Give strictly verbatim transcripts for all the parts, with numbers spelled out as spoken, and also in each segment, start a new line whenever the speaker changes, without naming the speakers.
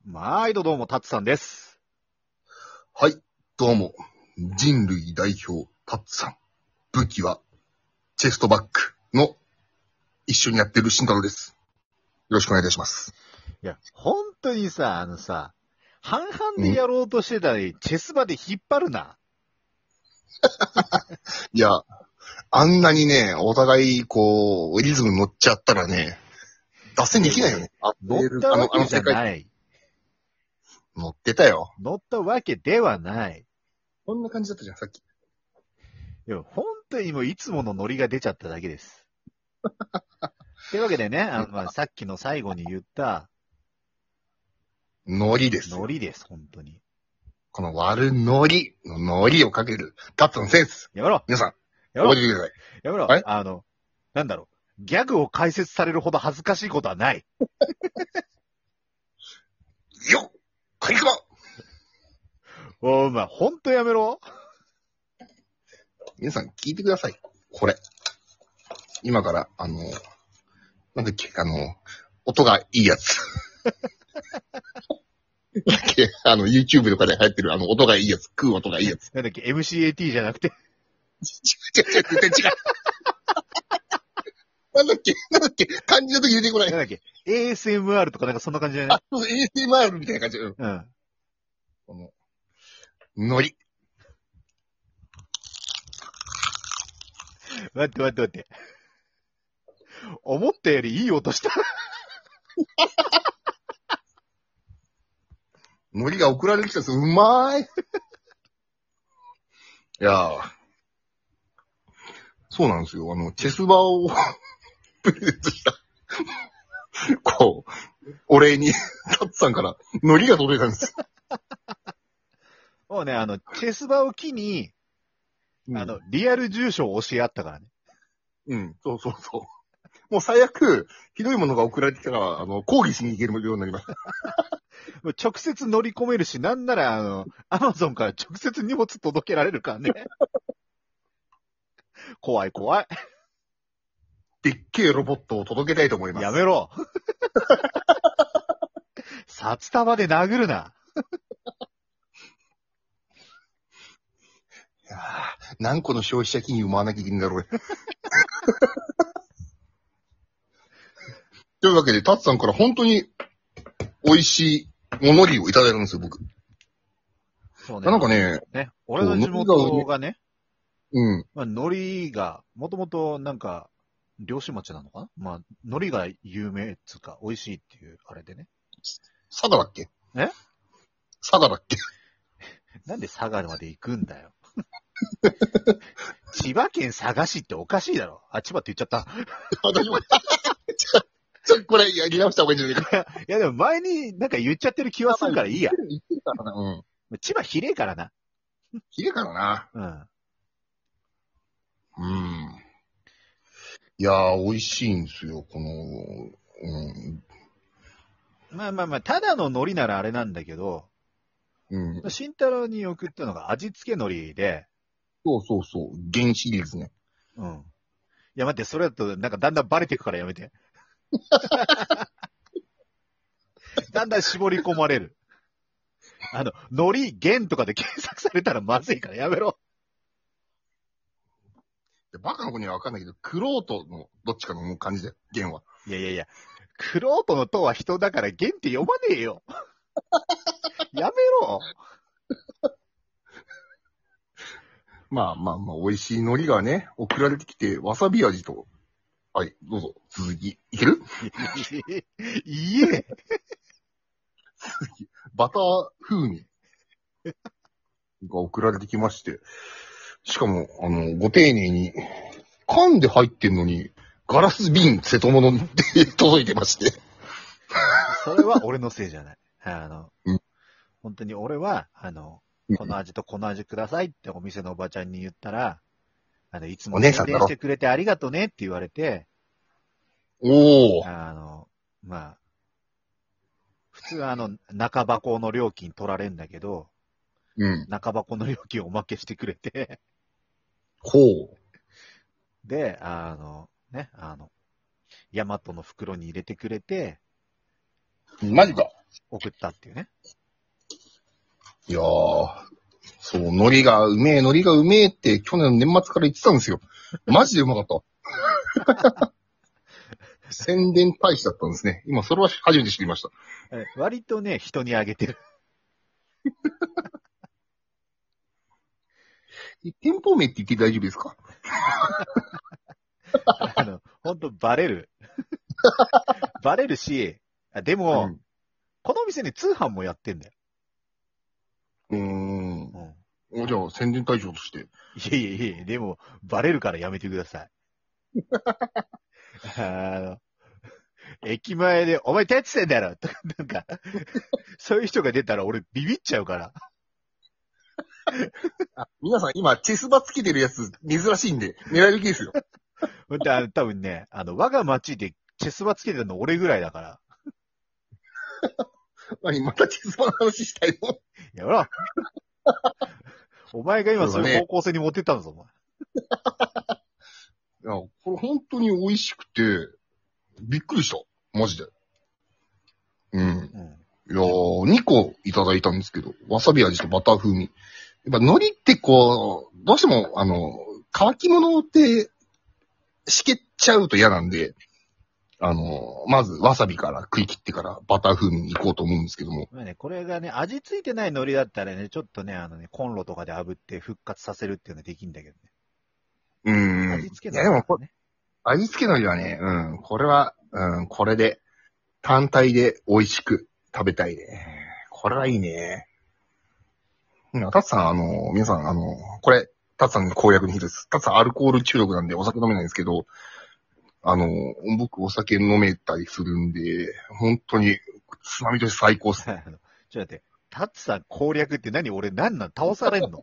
毎度どうも、タツさんです。
はい、どうも。人類代表、タッツさん。武器は、チェストバッグの一緒にやってる慎太郎です。よろしくお願いいたします。
いや、本当にさ、あのさ、半々で
ん
やろうとしてたり、チェス場で引っ張るな。
いや、あんなにね、お互い、こう、リズム乗っちゃったらね、脱線できないよね。あ
乗った
あの、あ
わけじゃ
の世界、
ない。
乗ってたよ。
乗ったわけではない。
こんな感じだったじゃん、さっき。
いや、本当にもういつものノリが出ちゃっただけです。というわけでね、あの、まあ、さっきの最後に言った、
ノリですよ。
ノリです、本当に。
この悪ノリのノリをかける、タッツのセンス。
やめろ
皆さん、
やめろ
覚えててください。
やめろ
はい
あの、なんだろう。ギャグを解説されるほど恥ずかしいことはない。
よっカリスマ
お前、ほんとやめろ
皆さん聞いてください。これ。今から、あの、なんだっけ、あの、音がいいやつ。だっけ、あの、YouTube とかで流行ってる、あの、音がいいやつ。食う音がいいやつ。
なんだっけ、エムシーエーティー じゃなくて。
違う違う違う、全然違う。なんだっけ、なんだっけ、漢字の時出てこない。
なんだっけ、エーエスエムアール とかなんかそんな感じだよね。
あ、そう、エーエスエムアール みたいな感じ。うん。
うん。
この、ノリ。
待って待って待って。思ったよりいい音した。
ノリが送られてきたんですよ。うまーい。いやー。そうなんですよ。あの、チェスバーをプレゼントした。こう、お礼に、タッツさんからノリが届いたんですよ。
もうね、あの、チェス場を機に、
うん、
あの、リアル住所を教え合ったからね。
うん、そうそうそう。もう最悪、ひどいものが送られてきたら、あの、抗議しに行けるようになりました。
もう直接乗り込めるし、なんなら、あの、アマゾンから直接荷物届けられるからね。怖い怖い。
でっけえロボットを届けたいと思います。
やめろ。札束で殴るな。
いやー何個の消費者金融生まなきゃいけないんだろう。というわけで、タツさんから本当に美味しいものりをいただいたんですよ、僕。
そうね。
なんかね、
ね、俺の地元がね、
うん。
まあ、海苔が、もともとなんか、漁師町なのかなまあ、海苔が有名っつうか、美味しいっていう、あれでね。
佐賀だっけ
え
佐賀だっけ
なんで佐賀まで行くんだよ。千葉県佐賀市っておかしいだろ。あ、千葉って言っちゃった。
私も、ちょ、ちょ、これ、やり直した方がいいんじゃないか。
いやでも前になんか言っちゃってる気はするからいいや。
言ってるからな。うん。
千葉ひれえからな。
ひれからな。
うん。
うん。いやー、美味しいんですよ、この、うん。
まあまあまあ、ただの海苔ならあれなんだけど、
うん。
慎太郎に送ったのが味付け海苔で、
そうそうそう。原シリーズね。
うん。いや待って、それだとなんかだんだんバレていくからやめて。だんだん絞り込まれる。あの、海苔原とかで検索されたらまずいからやめろ。
バカの子にはわかんないけど、クロートのどっちかの感じだよ、弦は。
いやいやいや、クロートの塔は人だから原って読まねえよ。やめろ。
まあまあまあ、美味しい海苔がね、送られてきて、わさび味と、はい、どうぞ、続き、いける
いえ。
続き、バター風味が送られてきまして、しかも、あの、ご丁寧に、缶で入ってんのに、ガラス瓶瀬戸物で届いてまして。
それは俺のせいじゃない。あの、
うん
本当に俺は、あの、この味とこの味くださいってお店のおばちゃんに言ったら、あの、いつも宣
お姉さんだろ
伝してくれてありがとねって言われて、
おー。
あの、まあ、普通はあの、中箱の料金取られんだけど、
うん。
中箱の料金をおまけしてくれて、
ほう。
で、あの、ね、あの、ヤマトの袋に入れてくれて、
マジか。
送ったっていうね。
いやー、そう、海苔がうめえ、海苔がうめえって去年の年末から言ってたんですよ。マジでうまかった。宣伝大使だったんですね。今、それは初めて知りました。
え割とね、人にあげてる。
店舗名って言って大丈夫ですか？
あの、ほんとバレる。バレるし、あでも、
うん。
この店ね、通販もやってんだよ。
うーん。
うん。
おじゃあ、宣伝大使として。
いえいえいえ、でも、バレるからやめてください。あの、駅前で、お前手つってんだろとか、なんか、そういう人が出たら俺ビビっちゃうから。
あ、皆さん今、チェスバつけてるやつ珍しいんで、狙い時ですよ。
ほんと、あの、多分ね、あの、我が町でチェスバつけてるの俺ぐらいだから。
何、またチェスバの話したいの？
やめろ。お前が今そういう方向性に持ってったんだぞ、お前。
いや、これ本当に美味しくて、びっくりした。マジで。うん。
うん。
いやー、にこいただいたんですけど、わさび味とバター風味。やっぱ海苔ってこう、どうしても、あの、乾き物ってしけっちゃうと嫌なんで、あの、まずわさびから食い切ってからバター風味に行こうと思うんですけども。
まあね、これがね、味ついてない海苔だったらね、ちょっとね、あのね、コンロとかで炙って復活させるっていうのはできるんだけどね。
うーん。
味付け
いやでもこ
ね。
味付け海苔はね、うん、これは、うん、これで、単体で美味しく食べたいね。これはいいね。うん、タツさん、あの、皆さん、あの、これ、タツさんの攻略の日です。タツさんアルコール中毒なんでお酒飲めないんですけど、あの、僕お酒飲めたりするんで、本当に、つまみとして最高っすね。
あのちょっと待って、タッツさん攻略って何俺何なん倒されんの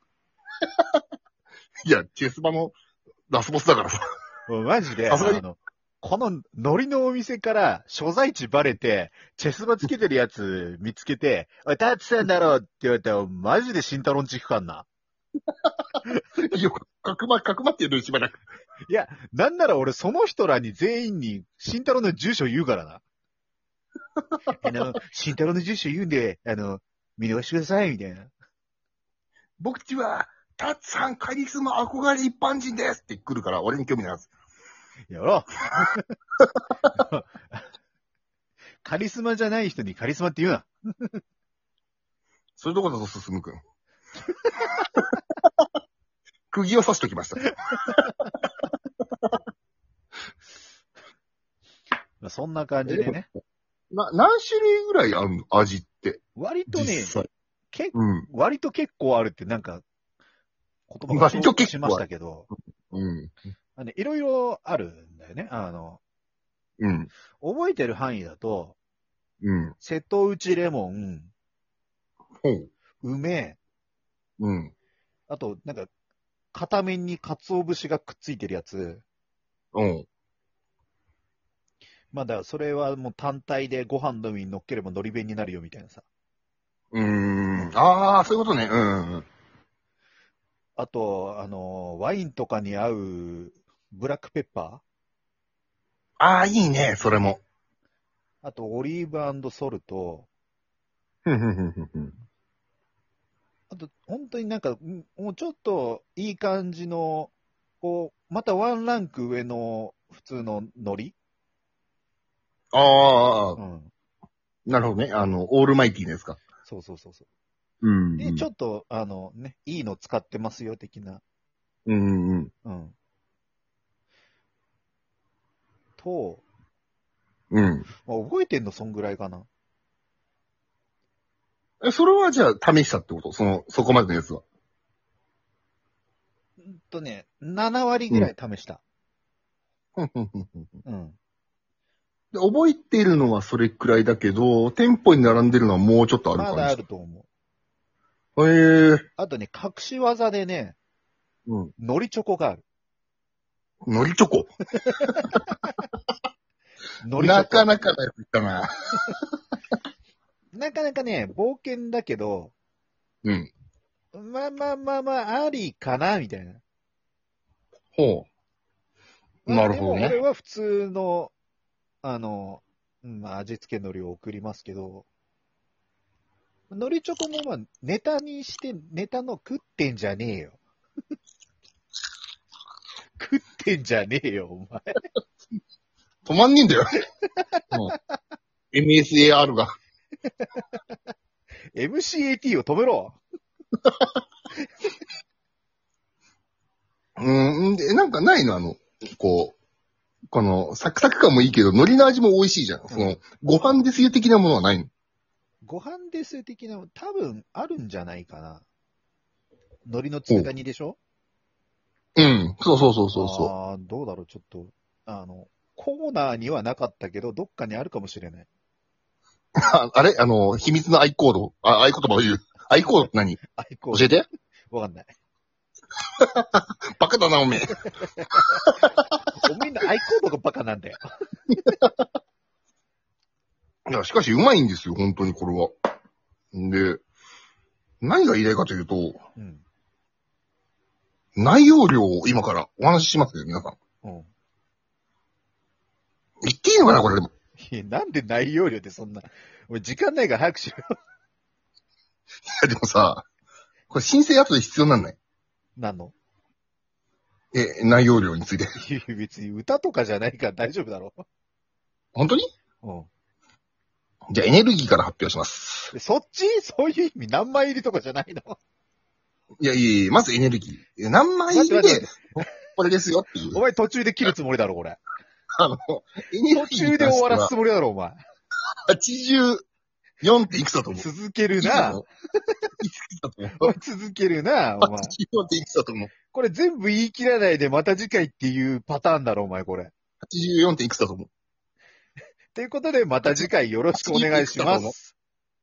いや、チェスバのラスボスだからさ。
もうマジで、
さすがに
あの、この海苔のお店から所在地バレて、チェスバつけてるやつ見つけて、おい、タッツさんだろって言われたら、マジで慎太郎んち行くかんな。
いや、かくま、かくまってやるしばらく。
いや、なんなら俺その人らに全員に慎太郎の住所言うからな。あの、慎太郎の住所言うんで、あの、見逃してください、みたいな。
僕ちは、タツさんカリスマ憧れ一般人ですって来るから、俺に興味ないはず。
やろう。カリスマじゃない人にカリスマって言うな。
そういうとこだと進むくん。釘を刺しときました。
まあ、そんな感じでね。
な、何種類ぐらいあるの味って。
割とね、
実際。
け
うん。
割と結構あるってなんか、言葉が
割と結構
しましたけど、
うん。
あのねいろいろあるんだよね。あの、
うん。
覚えてる範囲だと、
うん。
瀬戸内レモン、
ほう。
梅、
うん。
あと、なんか、片面に鰹節がくっついてるやつ。
うん。
まあだからそれはもう単体でご飯の上に乗っければ海苔弁になるよみたいなさ。
うーん。ああ、そういうことね。うんうん。
あと、あの、ワインとかに合うブラックペッパ
ああ、いいね、それも。
ー、あとオリーブソルト、
ふんふんふんふんふん。
あと本当になんか、んもうちょっといい感じの、こう、またワンランク上の普通の海苔
ああ、
うん。
なるほどね。あの、オールマイティーですか。
そうそうそうそう。
うん、
で、ちょっと、あのね、いいの使ってますよ、的な。
うん。うんうん。
うん。と、
うん。
まあ、覚えてんの、そんぐらいかな。
え、それはじゃあ試したってことその、そこまでのやつは。
うんとね、なな割ぐ
うん。
らい試した。
ふんふんふんふん
うん。
で覚えているのはそれくらいだけど、店舗に並んでるのはもうちょっとある
まだあ
感じ。
ると思う。
へえ。
あとね、隠し技でね、
うん。
海苔チョコがある。
海苔チョコ。
海苔チョコ。
なかなかなやつ言ったな。
なかなかね、冒険だけど、
うん。
まあまあまあまあ、ありかな、みたいな。
ほう。なる
まあでも、
ほどね。
俺は普通の、あの、うんまあ、味付け海苔を送りますけど、 のりチョコもまあ、ネタにして、ネタの食ってんじゃねえよ。食ってんじゃねえよ、お前。
止まんねえんだよ。もう エムエスエーアール が。
エムシーエーティー を止めろ。
うーん、で、なんかないのあの、こう、この、サクサク感もいいけど、海苔の味も美味しいじゃん。その、ご飯ですよ的なものはないの？
ご飯です的な、多分あるんじゃないかな。海苔の佃煮でしょ？
うん。そうそうそうそうそ
ああ、どうだろう、ちょっと。あの、コーナーにはなかったけど、どっかにあるかもしれない。
う。ああれあの、秘密の合コード。あ、合言葉を言う。合コードって何？
アイコード
教えて。
わかんない。
バカだな、おめえ。
おみんなアイコードがバカなんだよ。
いや、しかしうまいんですよ、本当にこれは。で、何が言いたいかというと、
うん。
内容量を今からお話ししますよ、皆さん。
うん。
言っていいのかな、これでも。
いや、なんで内容量ってそんな。俺時間ないから早くしろよ。
いや、でもさ、これ申請後で必要なんない？
なんの？
え、内容量について。
いや別に歌とかじゃないから大丈夫だろ。
本当に？
うん。
じゃあエネルギーから発表します。
でそっちそういう意味何枚入りとかじゃないの？
いやいやいや、まずエネルギー。いや何枚入り
待って
で、これですよっていう。
お前途中で切るつもりだろ、これ。
あの、エネル
途
ギー
中で終わらす
は
つもりだろ、お前。
はちじゅうよんっていくつだと思う？
続ける
いくつだ
な。
と思ういくつだと思う
お前続けるな、お前。
はちじゅうよんっていくつだと思う？
これ全部言い切らないでまた次回っていうパターンだろ、お前、これ。
はちじゅうよんっていくつだと思う？
ということで、また次回よろしくお願いします。